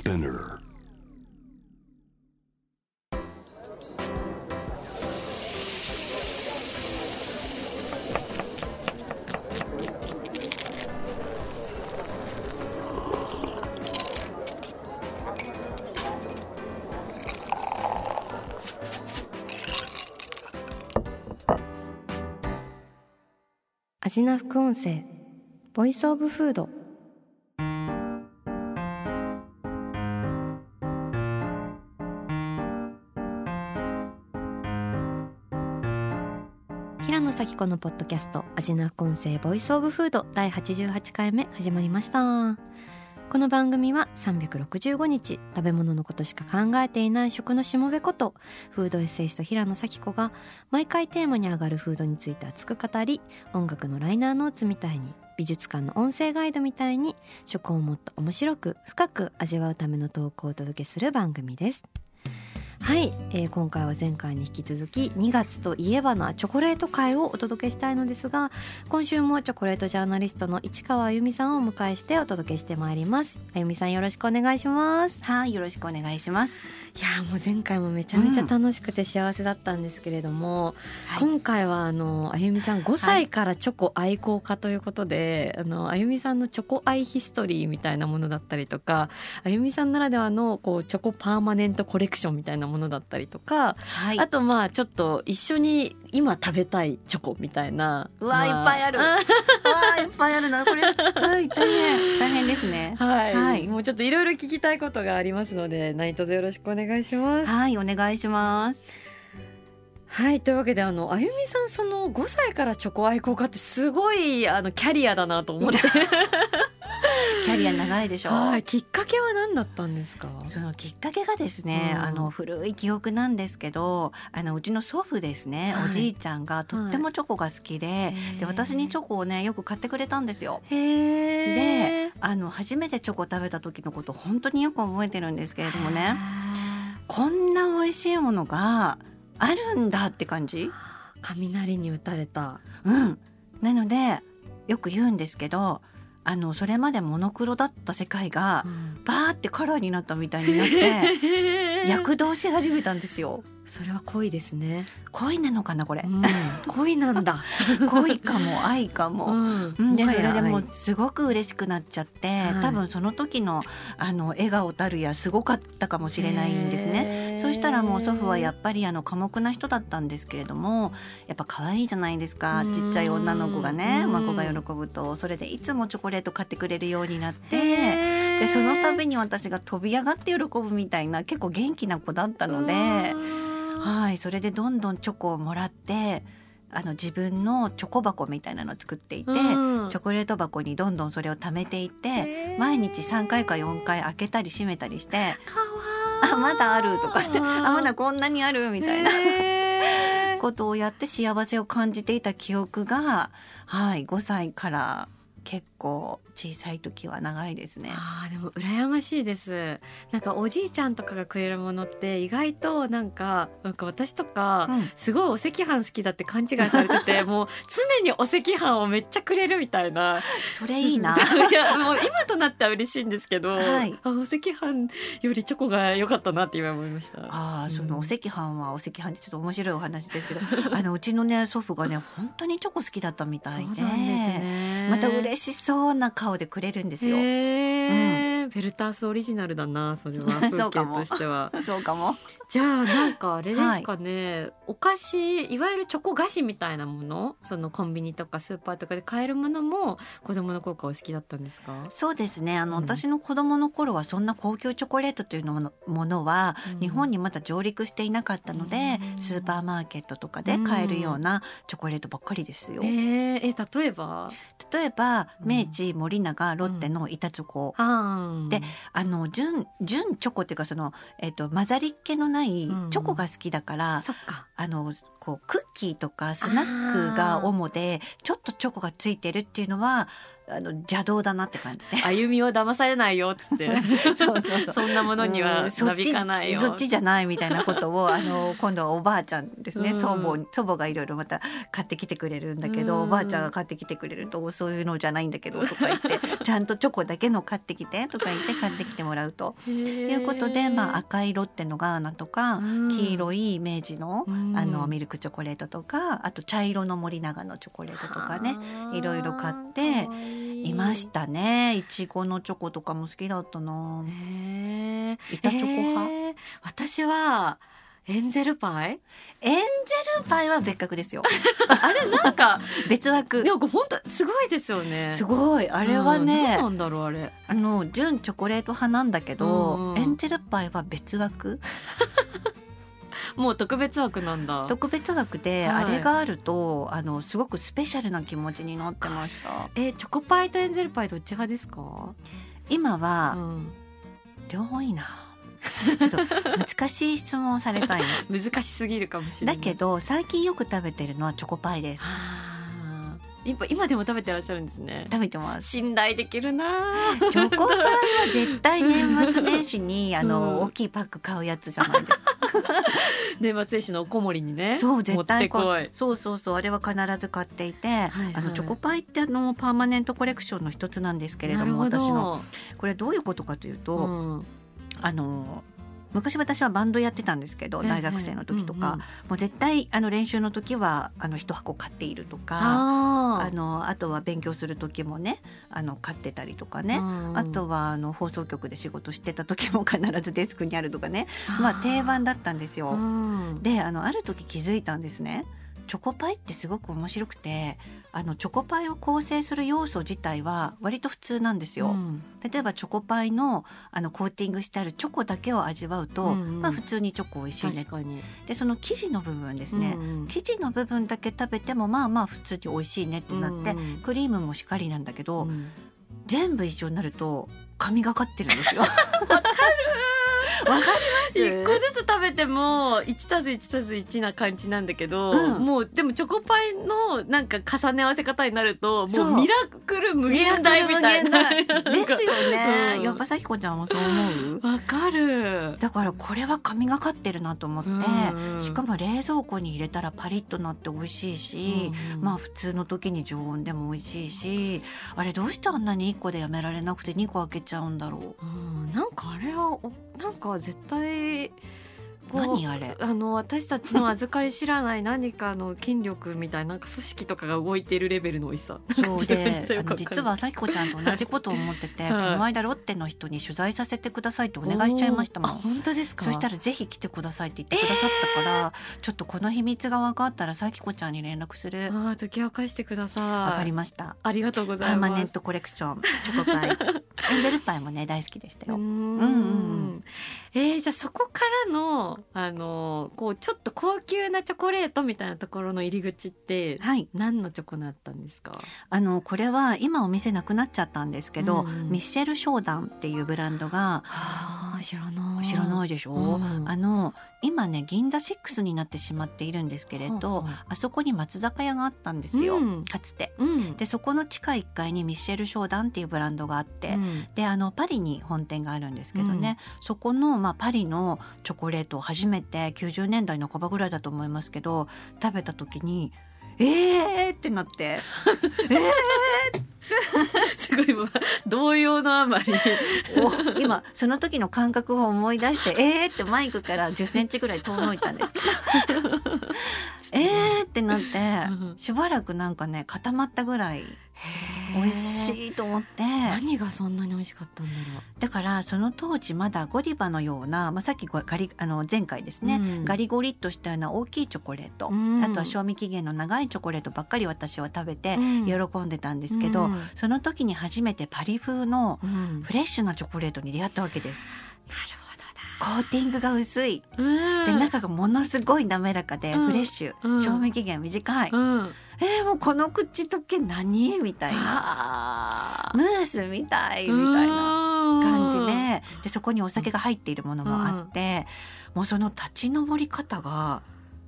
Spinner. アジナ副音声ボイスオブフード。平野咲子のポッドキャストアジナ副音声ボイスオブフード第88回目始まりました。この番組は365日食べ物のことしか考えていない食のしもべことフードエッセイスト平野咲子が毎回テーマに上がるフードについて熱く語り、音楽のライナーノーツみたいに美術館の音声ガイドみたいに食をもっと面白く深く味わうためのトークをお届けする番組です。はい、今回は前回に引き続き2月といえばのチョコレート会をお届けしたいのですが、今週もチョコレートジャーナリストの市川あゆみさんをお迎えしてお届けしてまいります。あゆみさん、よろしくお願いします。 はい、よろしくお願いします。 いやもう前回もめちゃめちゃ楽しくて幸せだったんですけれども、今回はあゆみさん5歳からチョコ愛好家ということで、あゆみさんのチョコ愛ヒストリーみたいなものだったりとか、あゆみさんならではのこうチョコパーマネントコレクションみたいなものだったりとか、あとちょっと一緒に今食べたいチョコみたいな、 うわ、いっぱいあるわいっぱいあるなこれ、はい、大変ですね。 はい、もうちょっといろいろ聞きたいことがありますので何卒よろしくお願いします。 はい、お願いします。 はい、というわけであゆみさん、その5歳からチョコ愛好家ってすごいキャリアだなと思ってキャリア長いでしょ。 きっかけは何だったんですか？ そのきっかけがですね、古い記憶なんですけど、うちの祖父ですね、おじいちゃんがとってもチョコが好きで、で私にチョコをねよく買ってくれたんですよ。で初めてチョコ食べた時のこと本当によく覚えてるんですけれどもね、こんな美味しいものがあるんだって感じ。 雷に打たれた。 なのでよく言うんですけど、それまでモノクロだった世界がバーってカラーになったみたいになって躍動し始めたんですよ。 それは恋ですね。 恋なのかなこれ、 恋なんだ恋かも愛かも、でそれでもうすごく嬉しくなっちゃって、多分その時の笑顔たるやすごかったかもしれないんですね。そしたらもう祖父はやっぱり寡黙な人だったんですけれども、やっぱ可愛いじゃないですか、ちっちゃい女の子がね、孫が喜ぶとそれでいつもチョコレート買ってくれるようになって、でその度に私が飛び上がって喜ぶみたいな結構元気な子だったので、それでどんどんチョコをもらって自分のチョコ箱みたいなのを作っていて、チョコレート箱にどんどんそれを貯めていって、毎日3回か4回開けたり閉めたりして、まだあるとかまだこんなにあるみたいなことをやって幸せを感じていた記憶が、5歳から結構小さい時は長いですね。 でも羨ましいです。なんかおじいちゃんとかがくれるものって意外となんか私とかすごいお赤飯好きだって勘違いされてて、もう常にお赤飯をめっちゃくれるみたいな。 それいいな。 いやもう今となっては嬉しいんですけど、お赤飯よりチョコが良かったなって今思いました。 そのお赤飯はお赤飯でちょっと面白いお話ですけどうちのね祖父がね本当にチョコ好きだったみたいで、 そうなんですね、 また嬉しそうな顔でくれるんですよ。 フェルタースオリジナルだな、それは風景としては。 そうかも。 じゃあなんかあれですかね、お菓子、いわゆるチョコ菓子みたいなもの、そのコンビニとかスーパーとかで買えるものも子供の頃からお好きだったんですか？ そうですね、私の子供の頃はそんな高級チョコレートというものは日本にまだ上陸していなかったので、スーパーマーケットとかで買えるようなチョコレートばっかりですよ。 例えば明治、森永、ロッテの板チョコ、で純チョコっていうか混ざりっ気のないチョコが好きだから、こうクッキーとかスナックが主でちょっとチョコがついてるっていうのは邪道だなって感じで歩みを騙されないよっつってそうそんなものにはなびかないよ、 そっちじゃないみたいなことを今度はおばあちゃんですね、祖母がいろいろまた買ってきてくれるんだけど、おばあちゃんが買ってきてくれるとそういうのじゃないんだけどとか言ってちゃんとチョコだけの買ってきてとか言って買ってきてもらうということで、赤いロッテのガーナとか、黄色い明治の、ミルクチョコレートとか、あと茶色の森永のチョコレートとかね、いろいろ買っていましたね。いちごのチョコとかも好きだったな。板チョコ派？ 私はエンゼルパイは別格ですよあれなんか別枠。 なんか本当すごいですよね。 すごい、あれはね、 どうなんだろう、あれ純チョコレート派なんだけど、エンゼルパイは別枠もう特別枠なんだ。 特別枠で、あれがあるとすごくスペシャルな気持ちになってました。 チョコパイとエンゼルパイどっち派ですか？ 今は、両方いいな。ちょっと難しい質問をされたい難しすぎるかもしれない。 だけど最近よく食べてるのはチョコパイです。 今でも食べてらっしゃるんですね。 食べてます。 信頼できるな。 チョコパイは絶対年末年始に大きいパック買うやつじゃないですか年末年始のおこもりにね、 そう絶対持ってこい。 そうあれは必ず買っていて、チョコパイってパーマネントコレクションの一つなんですけれども、私のこれどういうことかというと、昔私はバンドやってたんですけど、大学生の時とか、もう絶対練習の時は一箱買っているとか、あとは勉強する時もね買ってたりとかね、あとは放送局で仕事してた時も必ずデスクにあるとかね、定番だったんですよ。である時気づいたんですね。チョコパイってすごく面白くて、チョコパイを構成する要素自体は割と普通なんですよ。例えばチョコパイのコーティングしてあるチョコだけを味わうと、普通にチョコ美味しいね。 確かに。 でその生地の部分ですね、生地の部分だけ食べても普通に美味しいねってなって、クリームもしっかりなんだけど、全部一緒になると神がかってるんですよ。わかる。わかります。 1個ずつ食べても 1+1+1 な感じなんだけど、もうでもチョコパイのなんか重ね合わせ方になるともうミラクル無限大みたいなですよね。やっぱさきこちゃんもそう思う？ わかる。 だからこれは神がかってるなと思って、しかも冷蔵庫に入れたらパリッとなって美味しいし、普通の時に常温でも美味しいし、あれどうしてあんなに1個でやめられなくて2個開けちゃうんだろう。 なんかあれはなんか絶対何あれ私たちの預かり知らない何かの筋力みたいな、なんか組織とかが動いているレベルの美味しさ。 そうで実はさきこちゃんと同じことを思ってて、この間ロッテの人に取材させてくださいってお願いしちゃいましたもん。 本当ですか？ そしたらぜひ来てくださいって言ってくださったから、ちょっとこの秘密が分かったらさきこちゃんに連絡する。 解き明かしてください。 わかりました。 ありがとうございます。 パーマネントコレクションチョコパイエンゼルパイもね大好きでしたよ。 じゃあそこからのこうちょっと高級なチョコレートみたいなところの入り口って、何のチョコだったんですか？ これは今お店なくなっちゃったんですけど、ミッシェル・ショーダンっていうブランドが、 知らないでしょ、今ね銀座6になってしまっているんですけれど、あそこに松坂屋があったんですよ、かつて、でそこの地下1階にミッシェル・ショーダンっていうブランドがあって、でパリに本店があるんですけどね、そこの、パリのチョコレートを初めて90年代半ばぐらいだと思いますけど食べた時にってなってすごい動揺のあまり今その時の感覚を思い出してってマイクから10センチぐらい遠のいたんですけどってなってしばらくなんかね固まったぐらい美味しいと思って。 何がそんなに美味しかったんだろう。 だからその当時まだゴディバのような、さっき前回ですね、ガリゴリっとしたような大きいチョコレート、あとは賞味期限の長いチョコレートばっかり私は食べて喜んでたんですけど、その時に初めてパリ風のフレッシュなチョコレートに出会ったわけです。 なるほどコーティングが薄い、で中がものすごい滑らかでフレッシュ、賞味期限短い、もうこの口溶け何みたいな、ムースみたいみたいな感じでそこにお酒が入っているものもあって、もうその立ち上り方が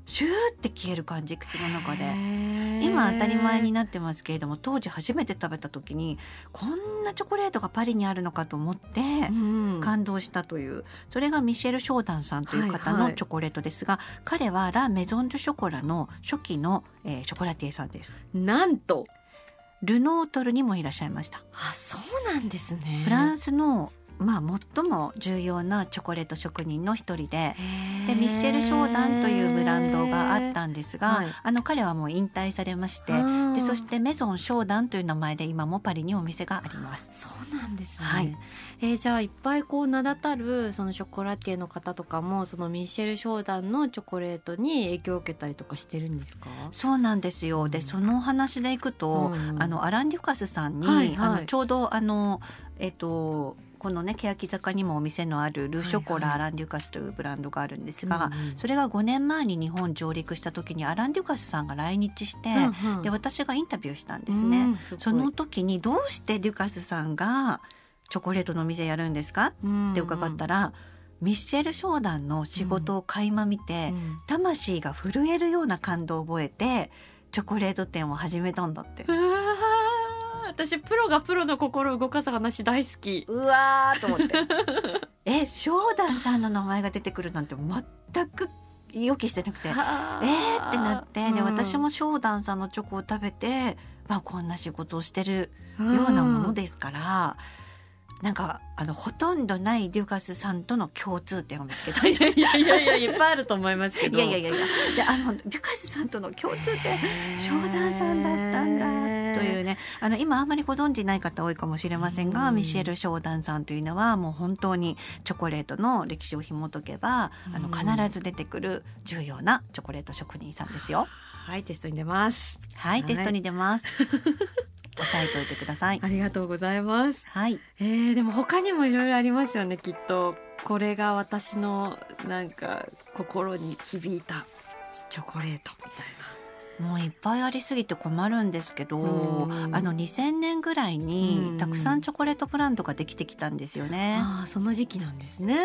シューって消える感じ、口の中で。今当たり前になってますけれども、当時初めて食べた時にこんなチョコレートがパリにあるのかと思って感動したという、それがミシェル・ショーダンさんという方のチョコレートですが、彼はラ・メゾン・ドゥ・ショコラの初期の、ショコラティエさんです。 なんとルノートルにもいらっしゃいました。 そうなんですね。 フランスの最も重要なチョコレート職人の一人で、ミシェル・ショーダンというブランドがあったんですが、彼はもう引退されまして、でそしてメゾン・ショーダンという名前で今もパリにお店があります。 そうなんですね。じゃあいっぱい名だたるそのショコラティエの方とかもそのミシェル・ショーダンのチョコレートに影響を受けたりとかしてるんですか？ そうなんですよ。でその話でいくと、アラン・デュカスさんに、ちょうどこのね欅坂にもお店のあるル・ショコラ、アラン・デュカスというブランドがあるんですが、それが5年前に日本上陸した時にアラン・デュカスさんが来日して、で私がインタビューしたんですね。その時にどうしてデュカスさんがチョコレートのお店やるんですかって伺ったら、ミッシェル・ショーダンの仕事を垣間見て、魂が震えるような感動を覚えてチョコレート店を始めたんだって。 私プロがプロの心を動かす話大好き。 うわーと思ってショーダンさんの名前が出てくるなんて全く予期してなくてってなって、で私もショーダンさんのチョコを食べて、こんな仕事をしてるようなものですから、なんかほとんどないデュカスさんとの共通点を見つけた。 いやいっぱいあると思いますけど、 いやでデュカスさんとの共通点、ショーダンさんだったんだというね、今あんまりご存じない方多いかもしれませんが、ミシェル・ショーダンさんというのはもう本当にチョコレートの歴史を紐解けば必ず出てくる重要なチョコレート職人さんですよ。 はい、テストに出ます。 テストに出ます押さえておいてください。 ありがとうございます。でも他にもいろいろありますよね、きっと。これが私のなんか心に響いたチョコレートみたいな。 もういっぱいありすぎて困るんですけど、2000年ぐらいにたくさんチョコレートブランドができてきたんですよね。 その時期なんですね。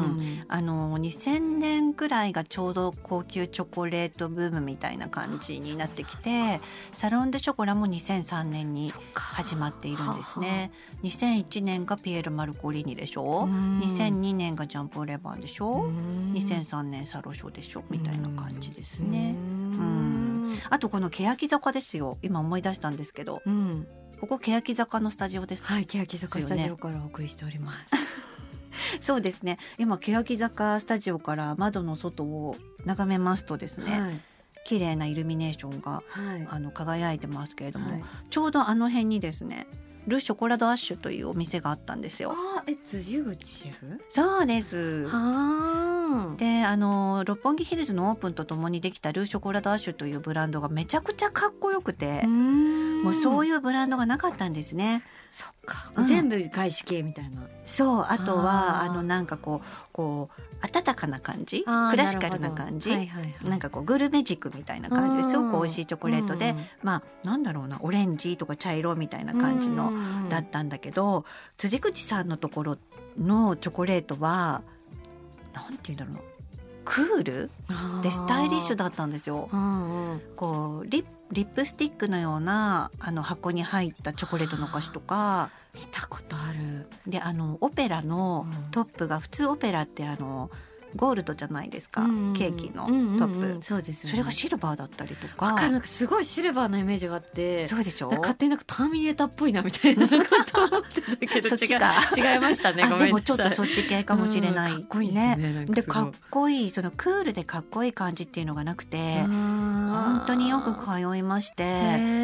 2000年ぐらいがちょうど高級チョコレートブームみたいな感じになってきて、サロン・デ・ショコラも2003年に始まっているんですね。2001年がピエール・マルコリーニでしょ、2002年がジャンポー・レバンでしょ、2003年サロショでしょみたいな感じですね。あとこの欅坂ですよ。今思い出したんですけど、ここ欅坂のスタジオです。 欅坂スタジオからお送りしておりますそうですね。今欅坂スタジオから窓の外を眺めますとですね、綺麗なイルミネーションが、輝いてますけれども、ちょうどあの辺にですねル・ショコラド・アッシュというお店があったんですよ。 辻口シェフ？ そうです。で六本木ヒルズのオープンとともにできたル・ショコラド・アッシュというブランドがめちゃくちゃかっこよくて、もうそういうブランドがなかったんですね。 そっか、全部外資系みたいな。 そう、あとはなんかこう温かな感じ、クラシカルな感じ、なんかグルメ軸みたいな感じですごく美味しいチョコレートで、なんだろうな、オレンジとか茶色みたいな感じのだったんだけど、辻口さんのところのチョコレートはなんていうんだろうな、クールでスタイリッシュだったんですよ。こうリップスティックのような箱に入ったチョコレートのお菓子とか見たことある。 でオペラのトップが、普通オペラってゴールドじゃないですか、ケーキのトップ、 そうですよね。 それがシルバーだったりとか。 なんかすごいシルバーなイメージがあって、 そうでしょ。 勝手になんかターミネーターっぽいなみたいなこと思ってたけど違いましたね。ごめんなさい。 でもちょっとそっち系かもしれない。 かっこいいですね。 でかっこいい、そのクールでかっこいい感じっていうのがなくて、本当によく通いまして、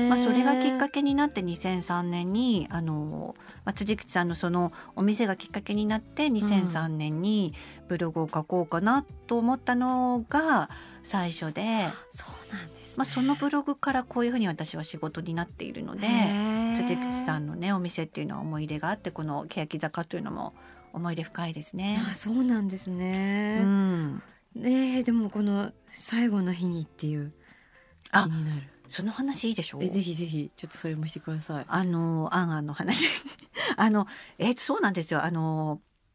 それがきっかけになって2003年に辻口さんのそのお店がきっかけになって2003年にブログを書こうかなと思ったのが最初で、 そうなんですね。 そのブログからこういうふうに私は仕事になっているので、辻口さんのねお店っていうのは思い入れがあって、この欅坂というのも思い入れ深いですね。 そうなんですね。でもこの最後の日にっていう気になる。 その話いいでしょう。 ぜひぜひちょっとそれもしてください。 アンの話そうなんですよ。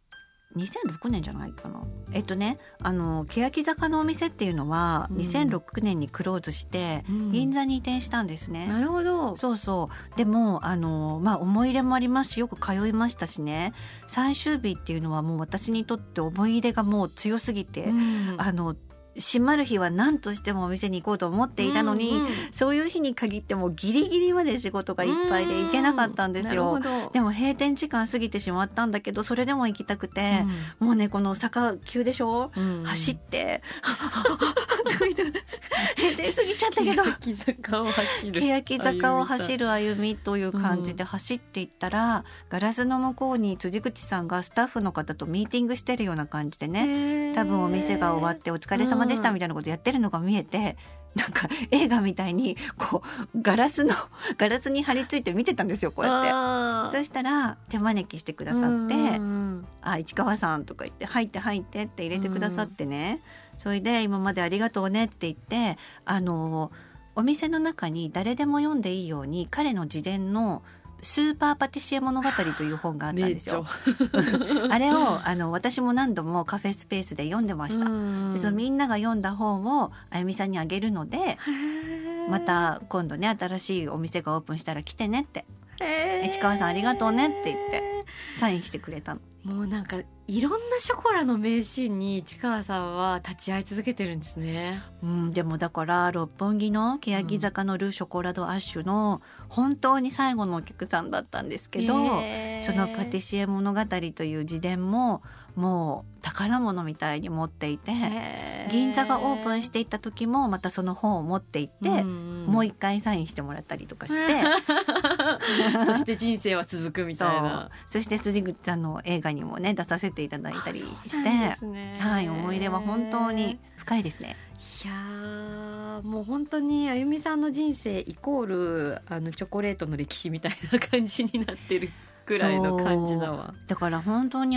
2006年じゃないかな。欅坂のお店っていうのは2006年にクローズして銀座に移転したんですね。 なるほど。 そうそう。でも思い入れもありますし、よく通いましたしね。最終日っていうのはもう私にとって思い入れがもう強すぎて、閉まる日は何としてもお店に行こうと思っていたのに、そういう日に限ってもギリギリまで仕事がいっぱいで行けなかったんですよ。でも閉店時間過ぎてしまったんだけど、それでも行きたくて、もうね、この坂急でしょ、走って閉店過ぎちゃったけど欅坂を走る歩みという感じで走っていったら、ガラスの向こうに辻口さんがスタッフの方とミーティングしてるような感じでね、多分お店が終わってお疲れ様でしたみたいなことやってるのが見えて、なんか映画みたいにこうガラスに張り付いて見てたんですよ、こうやって。そしたら手招きしてくださって、市川さんとか言って入ってって入れてくださってね、それで今までありがとうねって言って、お店の中に誰でも読んでいいように彼の自伝のスーパーパティシエ物語という本があったんですよあれを私も何度もカフェスペースで読んでました。でそのみんなが読んだ本をあゆみさんにあげるので、また今度ね新しいお店がオープンしたら来てねって、市川さんありがとうねって言ってサインしてくれたの。 もうなんかいろんなショコラの名シーンに市川さんは立ち会い続けてるんですね。 でもだから六本木の欅坂のル・ショコラド・アッシュの本当に最後のお客さんだったんですけど、そのパティシエ物語という自伝ももう宝物みたいに持っていて、銀座がオープンしていった時もまたその本を持って行って、もう一回サインしてもらったりとかしてそして人生は続くみたいな。 そして辻口さんの映画にもね出させていただいたりして、はい、思い入れは本当に深いですね。 いやもう本当にあゆみさんの人生イコールチョコレートの歴史みたいな感じになってるくらいの感じだわ。 だから本当に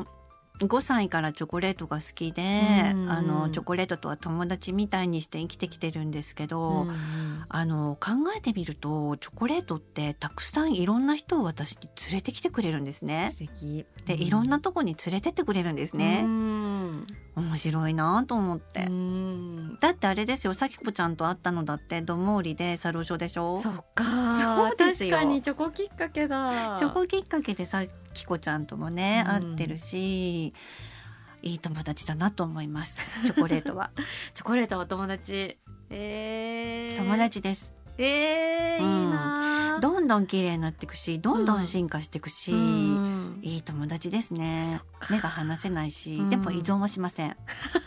5歳からチョコレートが好きで、チョコレートとは友達みたいにして生きてきてるんですけど、考えてみるとチョコレートってたくさんいろんな人を私に連れてきてくれるんですね。 素敵でいろんなとこに連れてってくれるんですね。面白いなと思って。だってあれですよ、さきこちゃんと会ったのだってドモーリでサロジョでしょ。 そっか、 そうですよ。 確かにチョコきっかけだ。 チョコきっかけでさきこちゃんともね、会ってるし、いい友達だなと思いますチョコレートはチョコレートは友達、 友達です。 いいな。 どんどん綺麗になっていくし、どんどん進化していくし、いい友達ですね。目が離せないし、でも依存はしません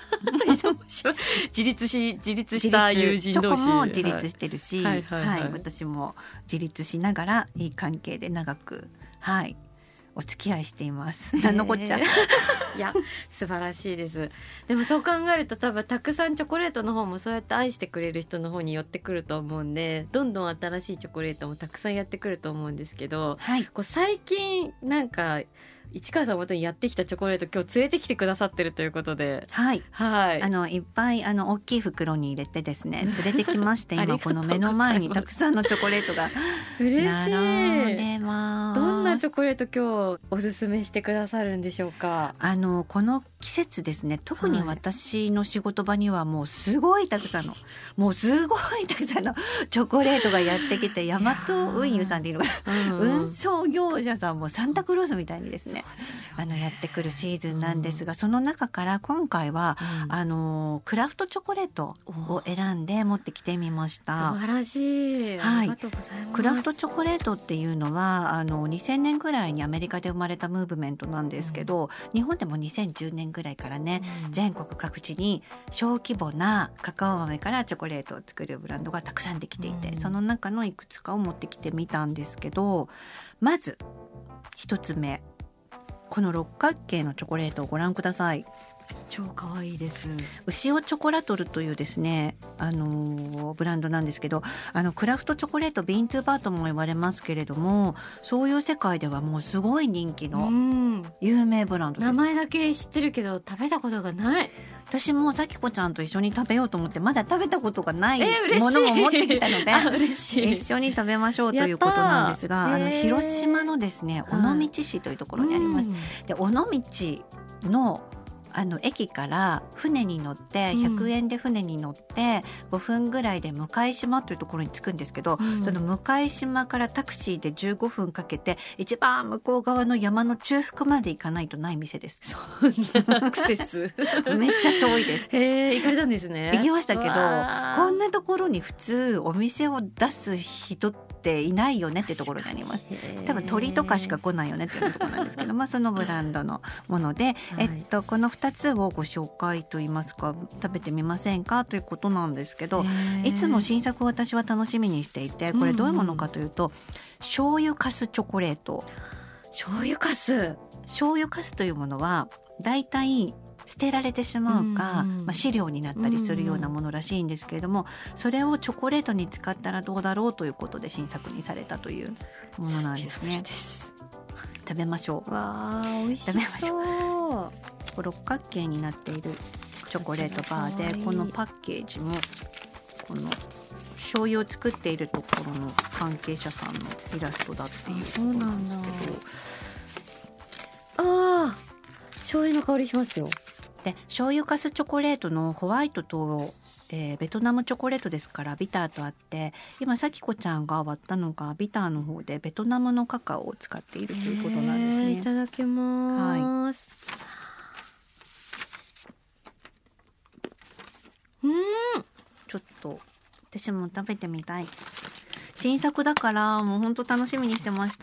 自立した友人同士、 チョコも自立してるし、私も自立しながらいい関係で長くお付き合いしています。何のこっちゃいや素晴らしいです。でもそう考えると多分たくさんチョコレートの方もそうやって愛してくれる人の方に寄ってくると思うんで、どんどん新しいチョコレートもたくさんやってくると思うんですけど、こう最近なんか市川さん元にやってきたチョコレート今日連れてきてくださってるということで、いっぱい大きい袋に入れてですね連れてきまして今この目の前にたくさんのチョコレートが並んでます。 どんなチョコレート今日おすすめしてくださるんでしょうか。 この季節ですね、特に私の仕事場にはもうすごいたくさんのもうすごいたくさんのチョコレートがやってきて、ヤマト運輸さんっていうのが運送業者さんもサンタクロースみたいにですねやってくるシーズンなんですが、その中から今回は、クラフトチョコレートを選んで持ってきてみました。 素晴らしい、ありがとうございます。 クラフトチョコレートっていうのは2000年ぐらいにアメリカで生まれたムーブメントなんですけど、日本でも2010年ぐらいからね、全国各地に小規模なカカオ豆からチョコレートを作るブランドがたくさんできていて、その中のいくつかを持ってきてみたんですけど、まず一つ目、この六角形のチョコレートをご覧ください。 超可愛いです。 牛尾チョコラトルというですね、ブランドなんですけど、クラフトチョコレートビーントゥーバーとも言われますけれども、そういう世界ではもうすごい人気の有名ブランドです。 名前だけ知ってるけど食べたことがない。 私もさきこちゃんと一緒に食べようと思ってまだ食べたことがないものも持ってきたので嬉しい。 一緒に食べましょうということなんですが、広島のですね尾道市というところにあります。で尾道の駅から船に乗って100円で船に乗って5分ぐらいで向島というところに着くんですけど、その向島からタクシーで15分かけて一番向こう側の山の中腹まで行かないとない店です。 そんなアクセスめっちゃ遠いです。 行かれたんですね。 行きましたけど、こんなところに普通お店を出す人っていないよねってところにあります。多分鳥とかしか来ないよねっていうところなんですけど、そのブランドのもので、この2つをご紹介といいますか食べてみませんかということなんですけど、いつも新作を私は楽しみにしていて、これどういうものかというと、醤油かすチョコレート。 醤油かすというものはだいたい捨てられてしまうか、飼料になったりするようなものらしいんですけれども、それをチョコレートに使ったらどうだろうということで新作にされたというものなんですね。食べましょう。 わー、美味しそう。 六角形になっているチョコレートバーで、このパッケージもこの醤油を作っているところの関係者さんのイラストだっていうことなんですけど、 醤油の香りしますよ。 で醤油かすチョコレートのホワイトと、ベトナムチョコレートですからビターとあって、今さきこちゃんが割ったのがビターの方でベトナムのカカオを使っているということなんですね。 いただきます。 ちょっと私も食べてみたい。新作だからもう本当楽しみにしてました。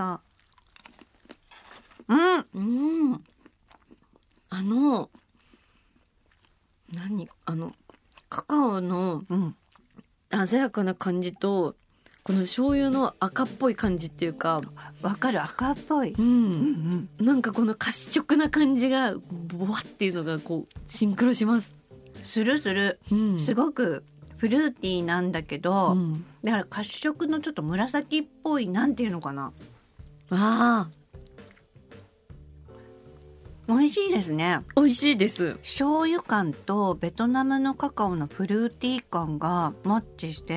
カカオの鮮やかな感じと、この醤油の赤っぽい感じっていうか、 わかる、赤っぽい、 なんかこの褐色な感じがボワっていうのがこうシンクロします。 する、すごくフルーティーなんだけど、だから褐色のちょっと紫っぽい、なんていうのかな、美味しいですね。 美味しいです。 醤油感とベトナムのカカオのフルーティー感がマッチして、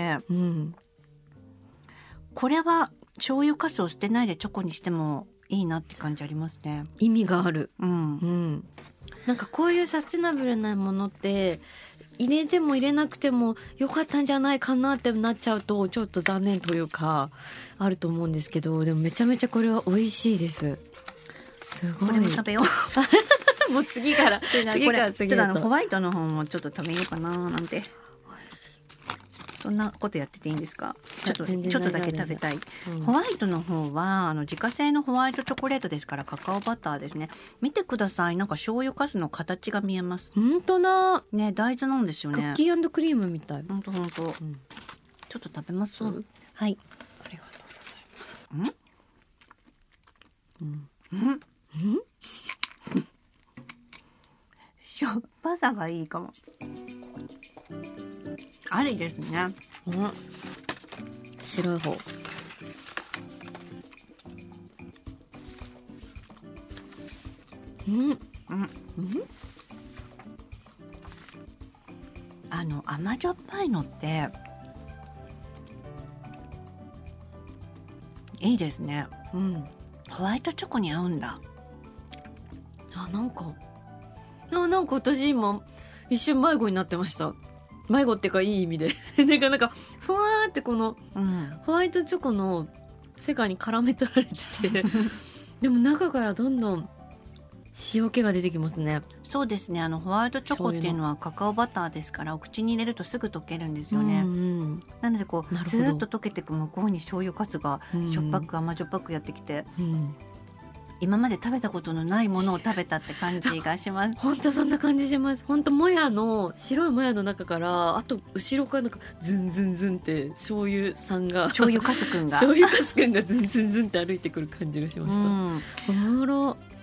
これは醤油かすを捨てないでチョコにしてもいいなって感じありますね。 意味がある。なんかこういうサステナブルなものって入れても入れなくてもよかったんじゃないかなってなっちゃうとちょっと残念というかあると思うんですけど、でもめちゃめちゃこれは美味しいです。すごい。 これも食べよう。もう次から次ちょっとホワイトの方もちょっと食べようかななんて。そんなことやってていいんですか？ちょっとだけ食べたい。ホワイトの方は自家製のホワイトチョコレートですからカカオバターですね。見てください。なんか醤油かすの形が見えます。 本当だ。 ね、大豆なんですよね。 クッキー&クリームみたい。 本当。ちょっと食べます。はい。 ありがとうございます。 しょっぱさがいいかも。ありですね。 白い方。 甘じょっぱいのっていいですね。ホワイトチョコに合うんだ。 なんか私今一瞬迷子になってました。迷子っていうかいい意味でなんかふわーってこのホワイトチョコの世界に絡め取られててでも中からどんどん塩気が出てきますね。 そうですね。ホワイトチョコっていうのはカカオバターですから、お口に入れるとすぐ溶けるんですよね。なのでこうずーっと溶けていく向こうに醤油かすがしょっぱく甘じょっぱくやってきて、今まで食べたことのないものを食べたって感じがします。 本当そんな感じします。本当白いもやの中からあと後ろからなんかズンズンズンって醤油かすくんがズンズンズンって歩いてくる感じがしました。 面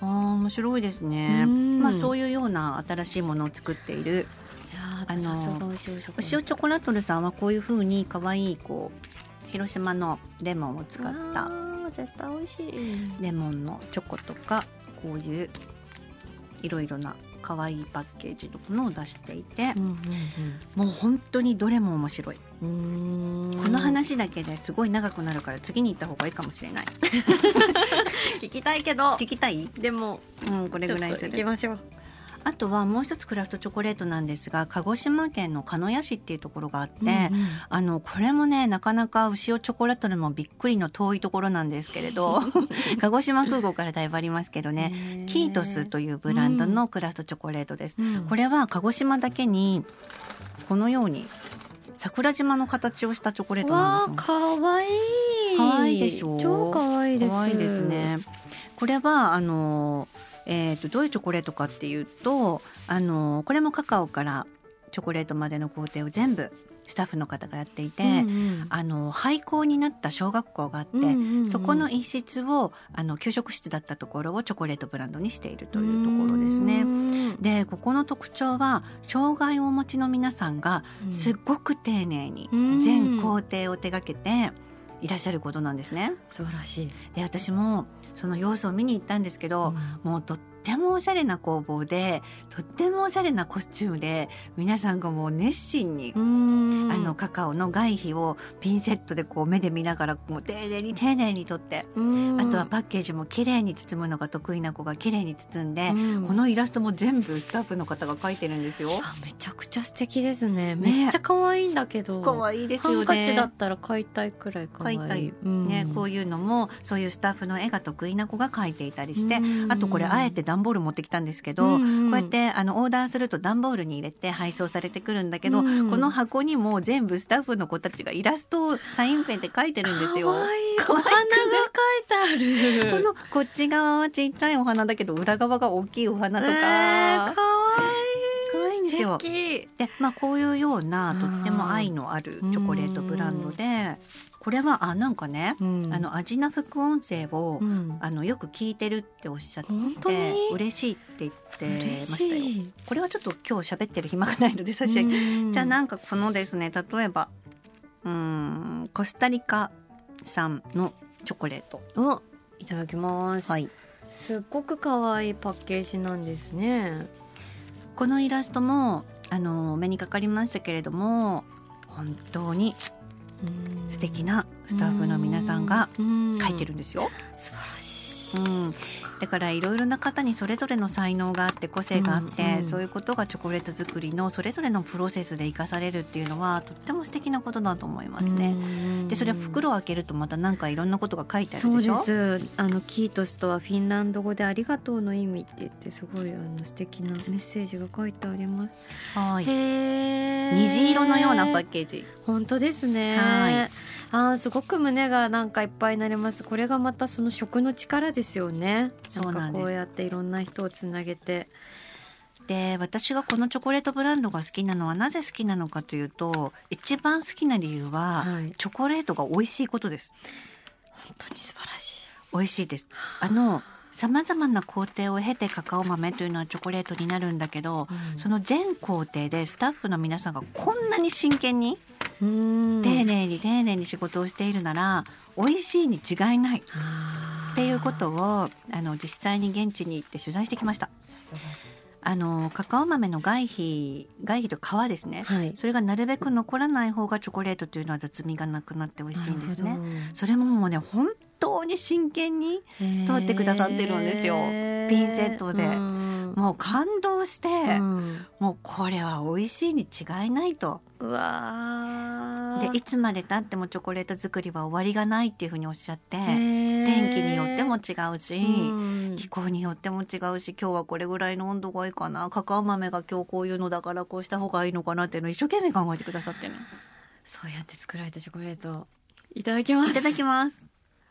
面白いですね。そういうような新しいものを作っているさすがお塩チョコラトルさんはこういう風に可愛い広島のレモンを使った絶対美味しいレモンのチョコとか、こういういろいろな可愛いパッケージのものを出していて、もう本当にどれも面白い。この話だけですごい長くなるから次に行った方がいいかもしれない。 聞きたいけど。 聞きたい？ でも、 これぐらい行きましょう。 あとはもう一つクラフトチョコレートなんですが、鹿児島県の鹿屋市っていうところがあって、これもねなかなか牛尾チョコラトルもびっくりの遠いところなんですけれど鹿児島空港からだいぶありますけどね、キートスというブランドのクラフトチョコレートです。これは鹿児島だけにこのように桜島の形をしたチョコレートなんですよ。 かわいい。 かわいいでしょ。 超かわいいです。 かわいいですね。これはどういうチョコレートかっていうと、これもカカオからチョコレートまでの工程を全部スタッフの方がやっていて、廃校になった小学校があって、そこの一室を給食室だったところをチョコレートブランドにしているというところですね。でここの特徴は障害をお持ちの皆さんがすっごく丁寧に全工程を手掛けていらっしゃることなんですね。 素晴らしい。 で私もその様子を見に行ったんですけど、もうとってもおしゃれな工房でとってもおしゃれなコスチュームで皆さんがもう熱心にカカオの外皮をピンセットでこう目で見ながらもう丁寧に取って、あとはパッケージも綺麗に包むのが得意な子が綺麗に包んで、このイラストも全部スタッフの方が描いてるんですよ。 めちゃくちゃ素敵ですね。めっちゃ可愛いんだけど、 可愛いですよね。 ハンカチだったら買いたいくらい可愛い。 こういうのもそういうスタッフの絵が得意な子が描いていたりして、あとこれあえて段ボール持ってきたんですけど、こうやってオーダーすると段ボールに入れて配送されてくるんだけど、この箱にも全部スタッフの子たちがイラストをサインペンで描いてるんですよ。 かわいい。お花が描いてある。 こっち側はちっちゃいお花だけど裏側が大きいお花とか、 かわいいんですよ。で、こういうようなとっても愛のあるチョコレートブランドで、これはなんかね、アジナ副音声を、よく聞いてるっておっしゃって嬉しいって言ってましたよ。これはちょっと今日喋ってる暇がないので差し上げ、じゃあなんかこのですね、例えばコスタリカ産のチョコレートをいただきます。 はい、 すっごく可愛いパッケージなんですね。 このイラストも目にかかりましたけれども、本当に素敵なスタッフの皆さんが描いてるんですよ。 素晴らしい。 だからいろいろな方にそれぞれの才能があって個性があって、そういうことがチョコレート作りのそれぞれのプロセスで生かされるっていうのはとっても素敵なことだと思いますね。でそれ袋を開けるとまたなんかいろんなことが書いてあるでしょ。 そうです。キートスとはフィンランド語でありがとうの意味って言って、すごい素敵なメッセージが書いてあります。 はい。虹色のようなパッケージ。 本当ですね。はい。すごく胸がなんかいっぱいになります。これがまたその食の力ですよね。なんかこうやっていろんな人をつなげて。 で私がこのチョコレートブランドが好きなのはなぜ好きなのかというと、一番好きな理由は、チョコレートが美味しいことです。 本当に素晴らしい。 美味しいです。さまざまな工程を経てカカオ豆というのはチョコレートになるんだけど、その全工程でスタッフの皆さんがこんなに真剣に丁寧に仕事をしているなら美味しいに違いないっていうことを実際に現地に行って取材してきました。カカオ豆の外皮と皮ですね、それがなるべく残らない方がチョコレートというのは雑味がなくなって美味しいんですね。それももうね本当に真剣に通ってくださってるんですよ。ピンセットでもう感動して、もうこれは美味しいに違いないと。 うわでいつまで経ってもチョコレート作りは終わりがないっていうふうにおっしゃって、天気によっても違うし、気候によっても違うし、今日はこれぐらいの温度がいいかな、カカオ豆が今日こういうのだからこうした方がいいのかなっていうのを一生懸命考えてくださってる。 そうやって作られたチョコレートいただきます。 いただきます。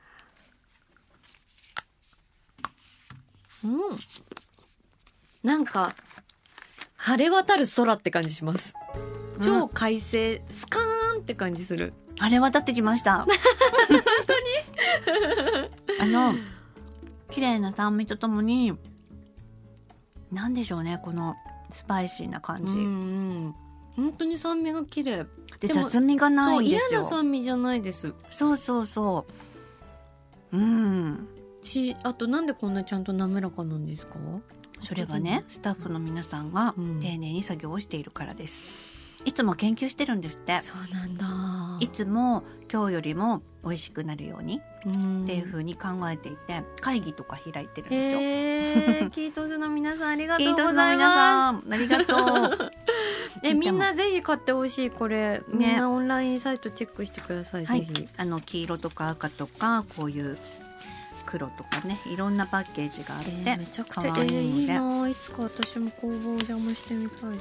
なんか晴れ渡る空って感じします。超快晴、スカーンって感じする。 晴れ渡ってきました本当に綺麗な酸味とともになんでしょうね、このスパイシーな感じ、 本当に酸味が綺麗で雑味がないんですよ。 嫌な酸味じゃないです。 そうそうそう、 あとなんでこんなちゃんと滑らかなんですか？ それはね、スタッフの皆さんが丁寧に作業をしているからです。いつも研究してるんですって。 そうなんだ。 いつも今日よりも美味しくなるようにっていう風に考えていて、会議とか開いてるんですよ。 キートスの皆さんありがとうございます。 キートスの皆さんありがとう。 みんなぜひ買ってほしい。これ、みんなオンラインサイトチェックしてください、 はい、 ぜひ。 黄色とか赤とかこういう黒とかね、いろんなパッケージがあって、 めちゃくちゃいいな。いつか私も工房お邪魔してみたいです。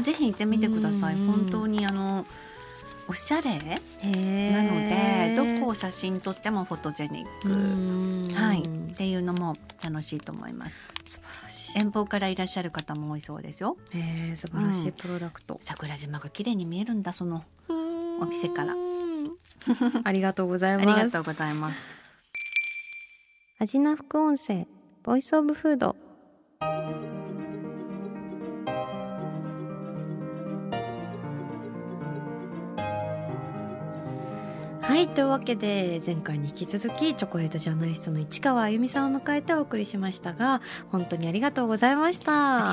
ぜひ行ってみてください。本当におしゃれなので、どこを写真撮ってもフォトジェニック、はい、っていうのも楽しいと思います。 素晴らしい。 遠方からいらっしゃる方も多いそうですよ。 素晴らしいプロダクト。 桜島が綺麗に見えるんだ、そのお店からありがとうございます。 ありがとうございます。 アジナ副音声ボイスオブフード。はい、というわけで前回に引き続きチョコレートジャーナリストの市川あゆみさんを迎えてお送りしましたが、本当にありがとうございました。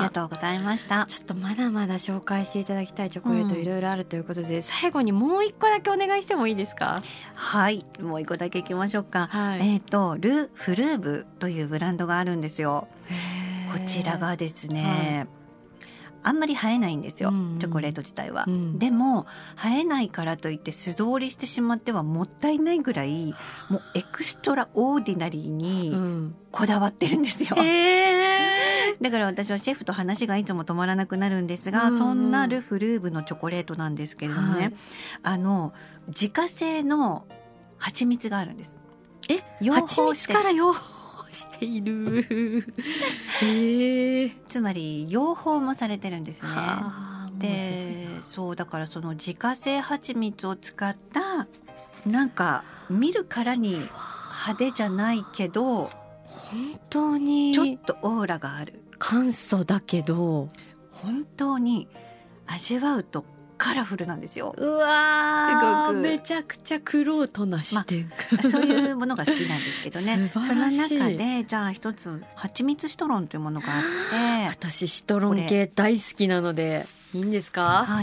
ありがとうございました。 ちょっとまだまだ紹介していただきたいチョコレートいろいろあるということで、最後にもう一個だけお願いしてもいいですか？ はい、もう一個だけいきましょうか。 はい、 ル・フルーブというブランドがあるんですよ。こちらがですね、あんまり映えないんですよ、チョコレート自体は、でも映えないからといって素通りしてしまってはもったいないぐらい、もうエクストラオーディナリーにこだわってるんですよ、だから私はシェフと話がいつも止まらなくなるんですが、そんなル・フルーブのチョコレートなんですけれどもね、自家製の蜂蜜があるんです。 蜂蜜から養蜂しているつまり養蜂もされてるんですね。で、そうだからその自家製蜂蜜を使ったなんか見るからに派手じゃないけど本当にちょっとオーラがある、 簡素だけど本当に味わうとカラフルなんですよ。 うわー、めちゃくちゃクロートな視点、 そういうものが好きなんですけどね素晴らしい。 その中でじゃあ一つ蜂蜜シトロンというものがあって私シトロン系大好きなのでいいんですか？ はい。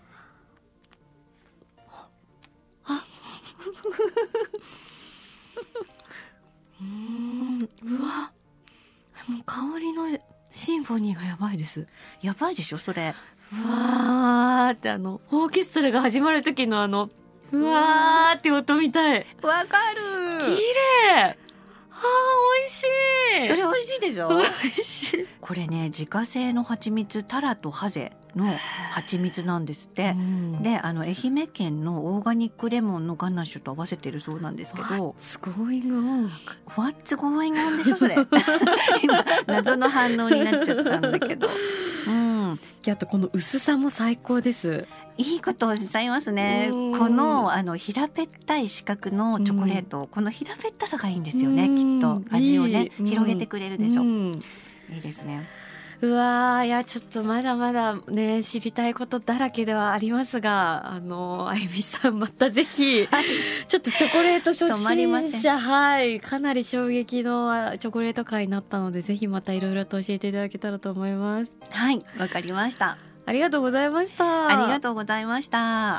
うわ、もう香りのシンフォニーがやばいです。 やばいでしょそれ。 うわーってオーケストラが始まる時のうわーって音みたい。 わかる。 綺麗。美味しい。 それ美味しいでしょ。 美味しい。 これね、自家製の蜂蜜、タラとハゼの蜂蜜なんですって。で、愛媛県のオーガニックレモンのガナッシュと合わせてるそうなんですけど。 What's going on? What's going on でしょそれ。今謎の反応になっちゃったんだけど。 あとこの薄さも最高です。 いいことをおっしゃいますね。この平べったい四角のチョコレート、この平べったさがいいんですよね。きっと味をね広げてくれるでしょ。いいですね。 うわー、いやちょっとまだまだね知りたいことだらけではありますが、あゆみさんまたぜひ、ちょっとチョコレート初心者、はい、かなり衝撃のチョコレート会になったので、ぜひまたいろいろと教えていただけたらと思います。 はい、わかりました。 ありがとうございました。 ありがとうございました。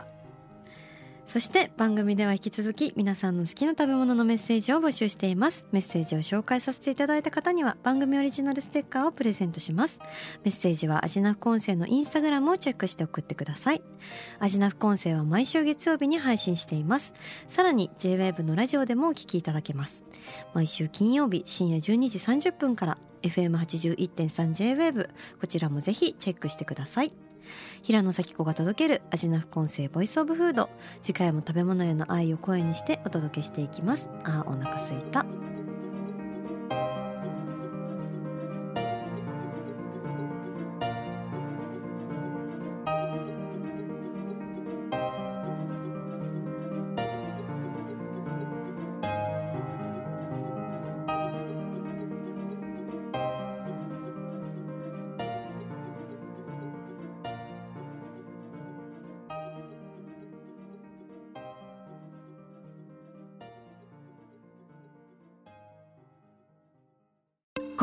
そして番組では引き続き皆さんの好きな食べ物のメッセージを募集しています。メッセージを紹介させていただいた方には番組オリジナルステッカーをプレゼントします。メッセージはアジナ副音声のインスタグラムをチェックして送ってください。アジナ副音声は毎週月曜日に配信しています。さらに J-WAVE のラジオでもお聞きいただけます。毎週金曜日深夜12時30分から FM81.3 J-WAVE、 こちらもぜひチェックしてください。平野咲子が届けるアジナ副音声ボイスオブフード、次回も食べ物への愛を声にしてお届けしていきます。お腹すいた。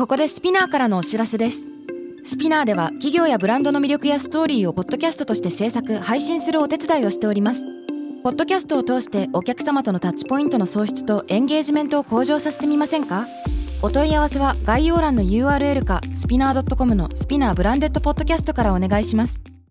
ここでスピナーからのお知らせです。スピナーでは企業やブランドの魅力やストーリーをポッドキャストとして制作・配信するお手伝いをしております。ポッドキャストを通してお客様とのタッチポイントの創出とエンゲージメントを向上させてみませんか？お問い合わせは概要欄の URL かスピナー .com のスピナーブランデッドポッドキャストからお願いします。